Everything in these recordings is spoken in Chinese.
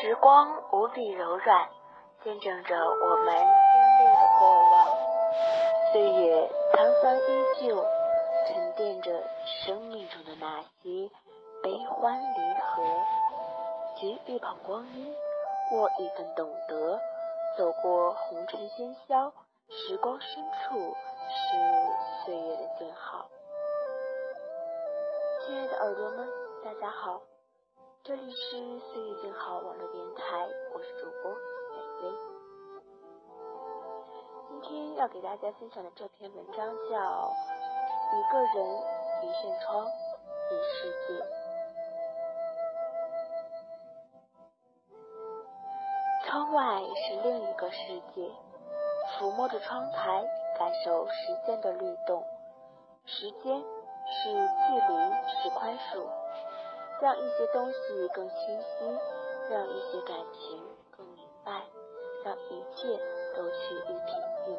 时光无比柔软，见证着我们经历的过往。岁月沧桑依旧，沉淀着生命中的那些悲欢离合。掬一捧光阴，握一份懂得，走过红尘喧嚣，时光深处是岁月的静好。亲爱的耳朵们，大家好，这里是岁月静好网络电台，我是主播美薇。今天要给大家分享的这篇文章叫《一个人，一扇窗，一世界》。窗外是另一个世界，抚摸着窗台，感受时间的律动。时间是距离，是宽恕，让一些东西更清晰，让一些感情更明白，让一切都趋于平静。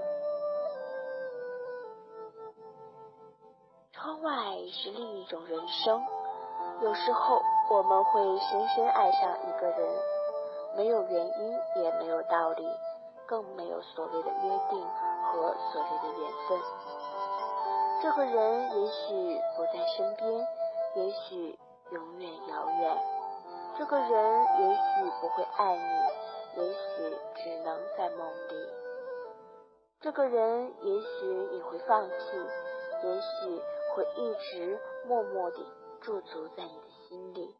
窗外是另一种人生，有时候我们会深深爱上一个人，没有原因，也没有道理，更没有所谓的约定和所谓的缘分。这个人也许不在身边，也许永远遥远。这个人也许不会爱你，也许只能在梦里。这个人也许你会放弃，也许会一直默默地驻足在你的心里。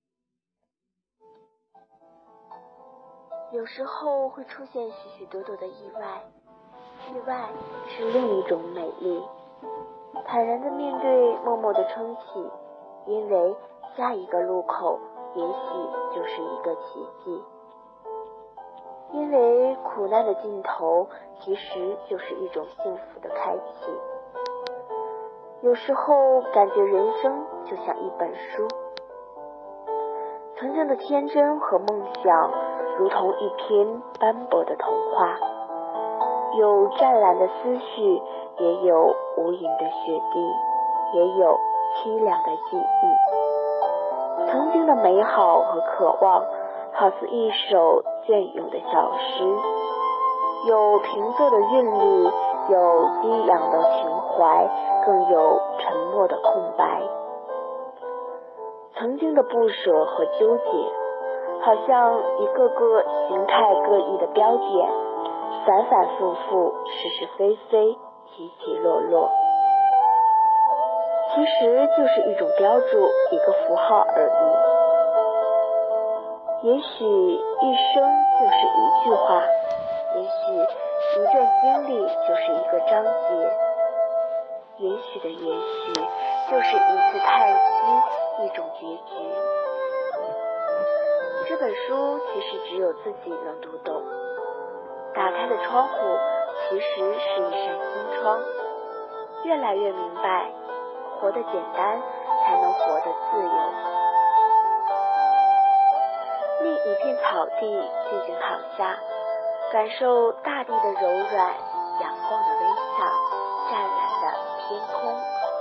有时候会出现许许多多的意外，意外是另一种美丽。坦然地面对，默默地撑起，因为下一个路口也许就是一个奇迹。因为苦难的尽头其实就是一种幸福的开启。有时候感觉人生就像一本书，曾经的天真和梦想如同一篇斑驳的童话，有湛蓝的思绪，也有无垠的雪地，也有凄凉的记忆。曾经的美好和渴望好似一首隽永的小诗，有平仄的韵律，有激昂的情怀，更有沉默的空白。曾经的不舍和纠结好像一个个形态各异的标点，反反复复，是是非非，起起落落，其实就是一种标注，一个符号而已。也许一生就是一句话，也许一段经历就是一个章节，也许的也许就是一次叹息，一种结局。这本书其实只有自己能读懂。打开的窗户其实是一扇心窗，越来越明白，活得简单才能活得自由。另一片草地静静躺下，感受大地的柔软，阳光的微笑，湛蓝的天空。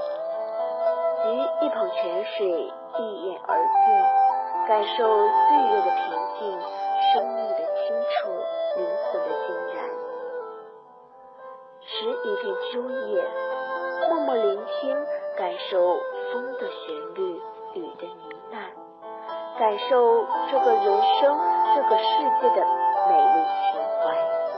掬一捧泉水，一饮而尽，感受岁月的平静，生命的清澈，灵魂的静然。拾一片秋叶，默默聆听，感受风的旋律，雨的呢喃，感受这个人生，这个世界的美丽情怀。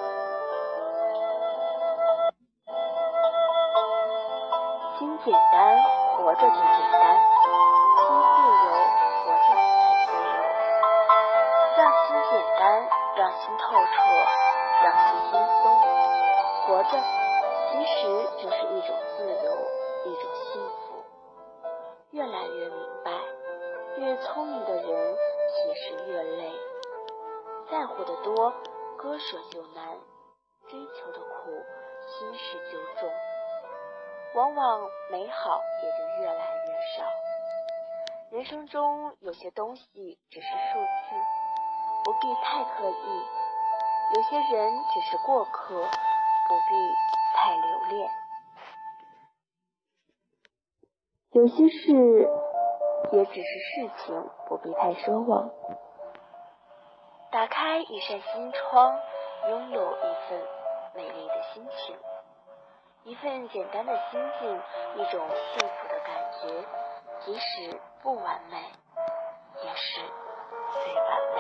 心简单，活着就简单；心自由，活着才自由。让心简单，让心透彻，让心轻松。活着其实就是一种自由，一种幸福。越来越明白，越聪明的人其实越累。在乎的多，割舍就难；追求的苦，心事就重。往往美好也就越来越少。人生中有些东西只是数字，不必太刻意；有些人只是过客，不必太留恋。有些事也只是事情，不必太奢望。 打开一扇心窗，拥有一份美丽的心情，一份简单的心境，一种幸福的感觉，即使不完美，也是最完美。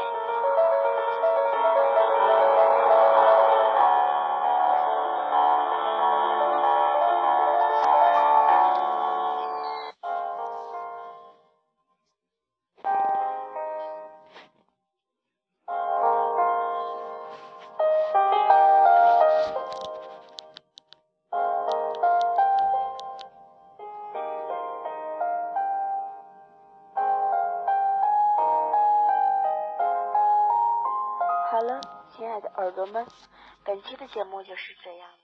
好了，亲爱的耳朵们，本期的节目就是这样。